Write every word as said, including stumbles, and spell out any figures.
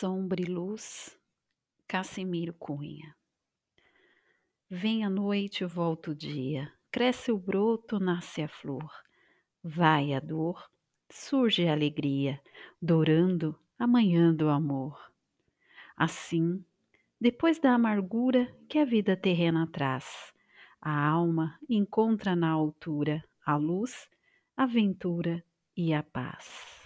Sombra e luz, Cassimiro Cunha. Vem a noite, volta o dia, cresce o broto, nasce a flor, vai a dor, surge a alegria, dourando a manhã do amor. Assim, depois da amargura que a vida terrena traz, a alma encontra na altura a luz, a ventura e a paz.